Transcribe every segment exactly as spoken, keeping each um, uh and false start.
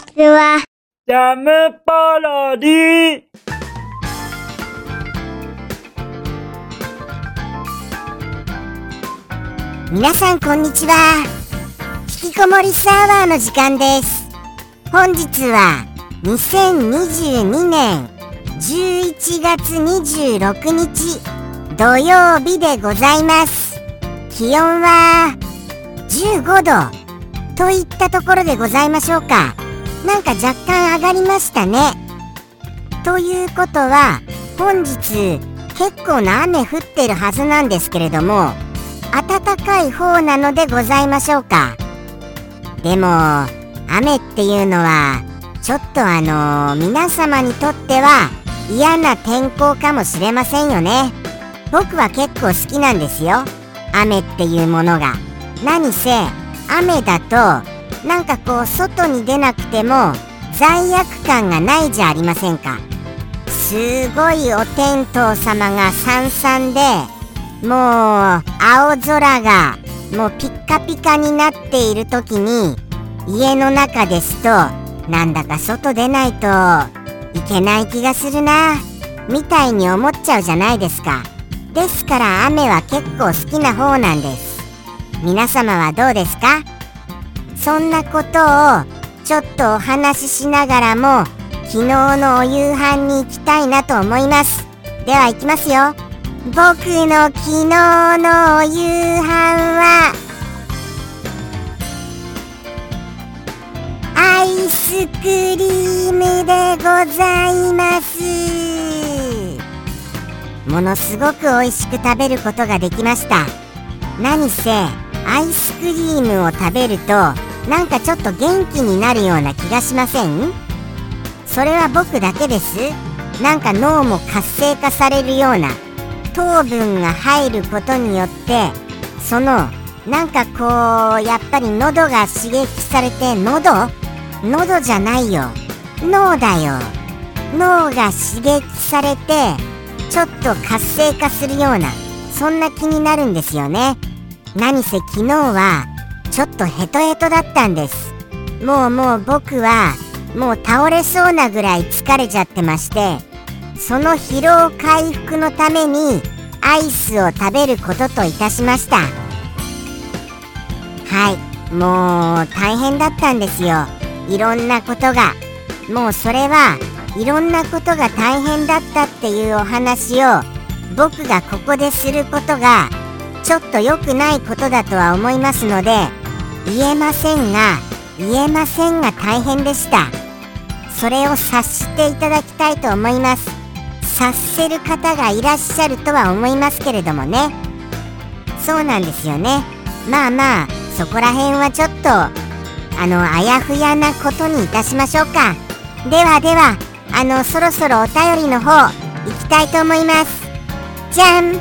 ちは。 ジャムパロディ。 皆さんこんにちは。引きこもりサーバーの時間です。本日はにせんにじゅうにねんじゅういちがつにじゅうろくにち土曜日でございます。気温はじゅうごどといったところでございましょうか。なんか若干上がりましたね。ということは本日結構な雨降ってるはずなんですけれども、暖かい方なのでございましょうか。でも雨っていうのはちょっとあのー、皆様にとっては嫌な天候かもしれませんよね。僕は結構好きなんですよ、雨っていうものが。何せ雨だとなんかこう外に出なくても罪悪感がないじゃありませんか。すごいお天道様がさんさんで、もう青空がもうピッカピカになっている時に家の中ですとなんだか外出ないといけない気がするなみたいに思っちゃうじゃないですか。ですから雨は結構好きな方なんです。皆様はどうですか？そんなことをちょっとお話ししながらも昨日のお夕飯に行きたいなと思います。では行きますよ。僕の昨日のお夕飯はアイスクリームでございます。ものすごく美味しく食べることができました。何せアイスクリームを食べるとなんかちょっと元気になるような気がしません？それは僕だけです。なんか脳も活性化されるような、糖分が入ることによってそのなんかこうやっぱり喉が刺激されて、喉喉じゃないよ、脳だよ。脳が刺激されてちょっと活性化するような、そんな気になるんですよね。何せ昨日はちょっとヘトヘトだったんです。もうもう僕はもう倒れそうなぐらい疲れちゃってまして、その疲労回復のためにアイスを食べることといたしました。はい、もう大変だったんですよ、いろんなことが。もうそれはいろんなことが大変だったっていうお話を僕がここですることがちょっと良くないことだとは思いますので言えませんが言えませんが大変でした。それを察していただきたいと思います。察せる方がいらっしゃるとは思いますけれどもね。そうなんですよね。まあまあそこら辺はちょっとあのあやふやなことにいたしましょうか。ではではあのそろそろお便りの方行きたいと思います。じゃん。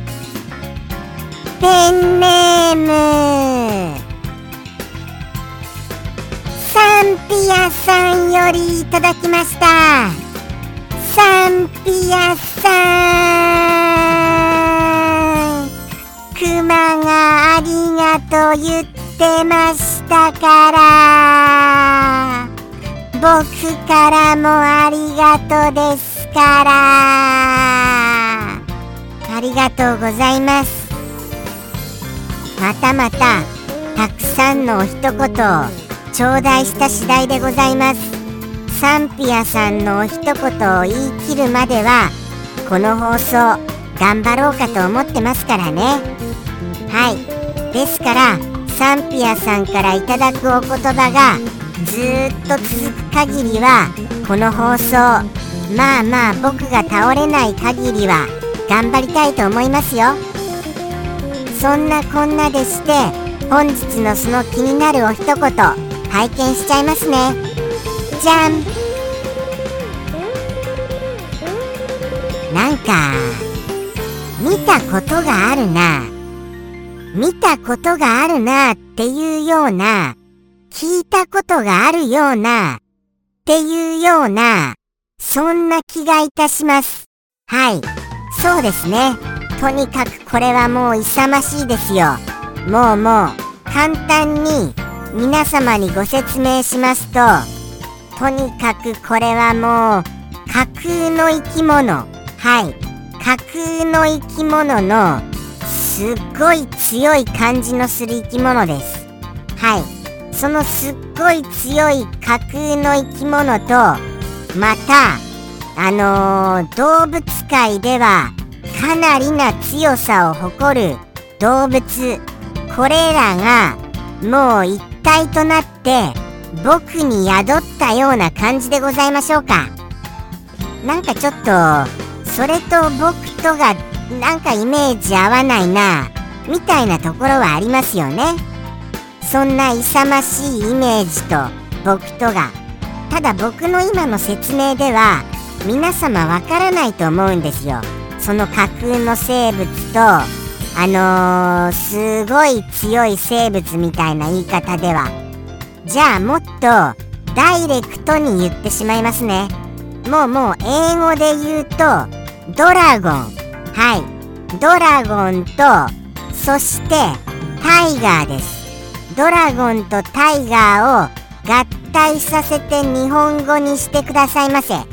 ペンネームサンピアさんよりいただきました。サンピアさん、クマがありがとう言ってましたから僕からもありがとうですから。ありがとうございます。またまたたくさんのお一言を頂戴した次第でございます。サンピアさんのお一言を言い切るまではこの放送頑張ろうかと思ってますからね。はい、ですからサンピアさんからいただくお言葉がずーっと続く限りはこの放送まあまあ僕が倒れない限りは頑張りたいと思いますよ。そんなこんなでして本日のその気になるお一言拝見しちゃいますね。じゃん。なんか見たことがあるな見たことがあるなっていうような、聞いたことがあるようなっていうような、そんな気がいたします。はい、そうですね。とにかくこれはもう勇ましいですよ。もうもう簡単に皆様にご説明しますと、 とにかくこれはもう架空の生き物、はい、架空の生き物のすっごい強い感じのする生き物です。はい、そのすっごい強い架空の生き物と、またあのー、動物界ではかなりな強さを誇る動物、これらがもう一体となって僕に宿ったような感じでございましょうか。なんかちょっとそれと僕とがなんかイメージ合わないなみたいなところはありますよね。そんな勇ましいイメージと僕とが、ただ僕の今の説明では皆様わからないと思うんですよ。その架空の生物とあのー、すごい強い生物みたいな言い方では。じゃあもっとダイレクトに言ってしまいますね。もうもう英語で言うとドラゴン、はい、ドラゴンとそしてタイガーです。ドラゴンとタイガーを合体させて日本語にしてくださいませ。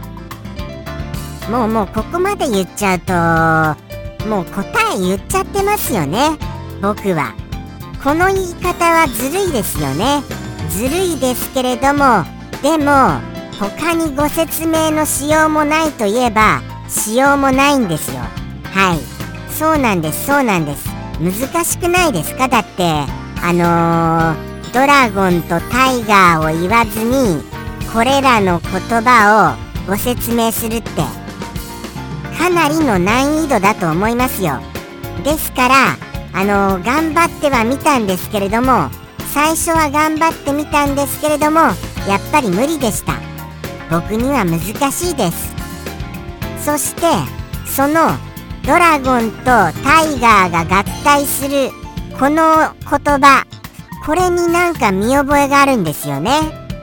もうもうここまで言っちゃうともう答え言っちゃってますよね。僕はこの言い方はずるいですよね。ずるいですけれども、でも他にご説明のしようもないといえばしようもないんですよ。はい、そうなんです、そうなんです。難しくないですか？だってあのー、ドラゴンとタイガーを言わずにこれらの言葉をご説明するってかなりの難易度だと思いますよ。ですからあのー、頑張ってはみたんですけれども、最初は頑張ってみたんですけれどもやっぱり無理でした。僕には難しいです。そしてそのドラゴンとタイガーが合体するこの言葉、これになんか見覚えがあるんですよね。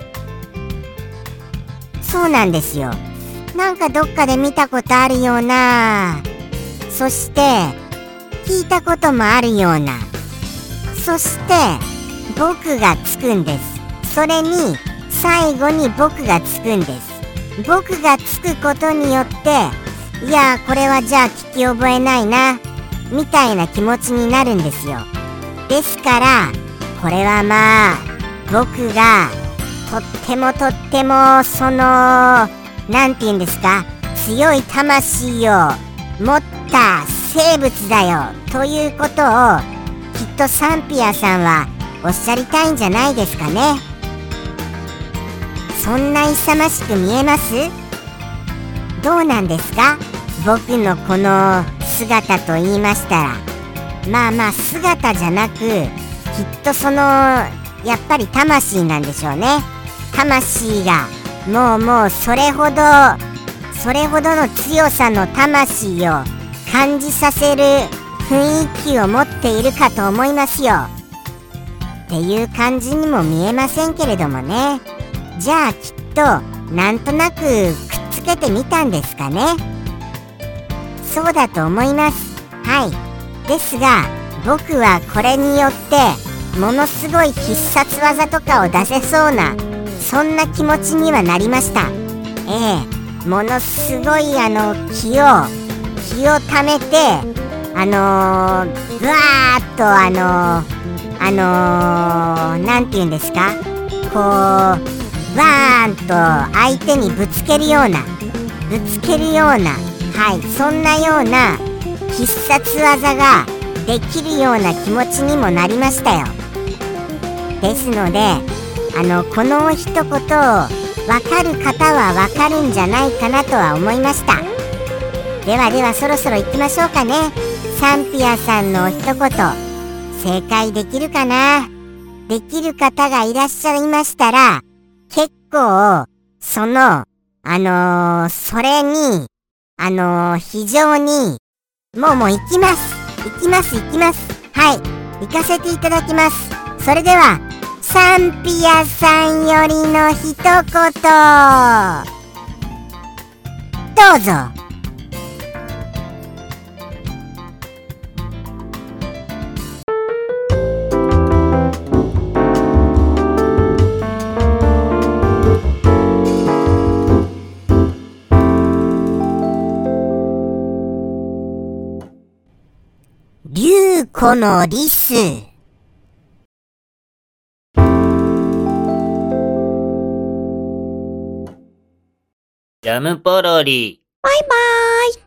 そうなんですよ。なんかどっかで見たことあるような、そして聞いたこともあるような、そして僕がつくんです。それに最後に僕がつくんです。僕がつくことによって、いやこれはじゃあ聞き覚えないなみたいな気持ちになるんですよ。ですからこれはまあ僕がとってもとってもそのなんて言うんですか、強い魂を持った生物だよということをきっとサンピアさんはおっしゃりたいんじゃないですかね。そんな勇ましく見えます？どうなんですか？僕のこの姿と言いましたら、まあまあ姿じゃなくきっとそのやっぱり魂なんでしょうね。魂がもうもうそれほどそれほどの強さの魂を感じさせる雰囲気を持っているかと思いますよっていう感じにも見えませんけれどもね。じゃあきっとなんとなくくっつけてみたんですかね。そうだと思います。はい。ですが僕はこれによってものすごい必殺技とかを出せそうなそんな気持ちにはなりました。ええ、ものすごいあの気を気をためてあのー、ぐわーっとあのー、あのー、なんて言うんですか、こうわーんと相手にぶつけるようなぶつけるような、はい、そんなような必殺技ができるような気持ちにもなりましたよ。ですのであのこの一言を分かる方は分かるんじゃないかなとは思いました。ではではそろそろ行きましょうかね。サンピアさんのお一言正解できるかな。できる方がいらっしゃいましたら結構そのあのー、それにあのー、非常にもうもう行きます行きます行きますはい行かせていただきます。それではサンピアさんよりの一言どうぞ。 ゅうこのリス。 ジャムポロリ。 バイバーイ。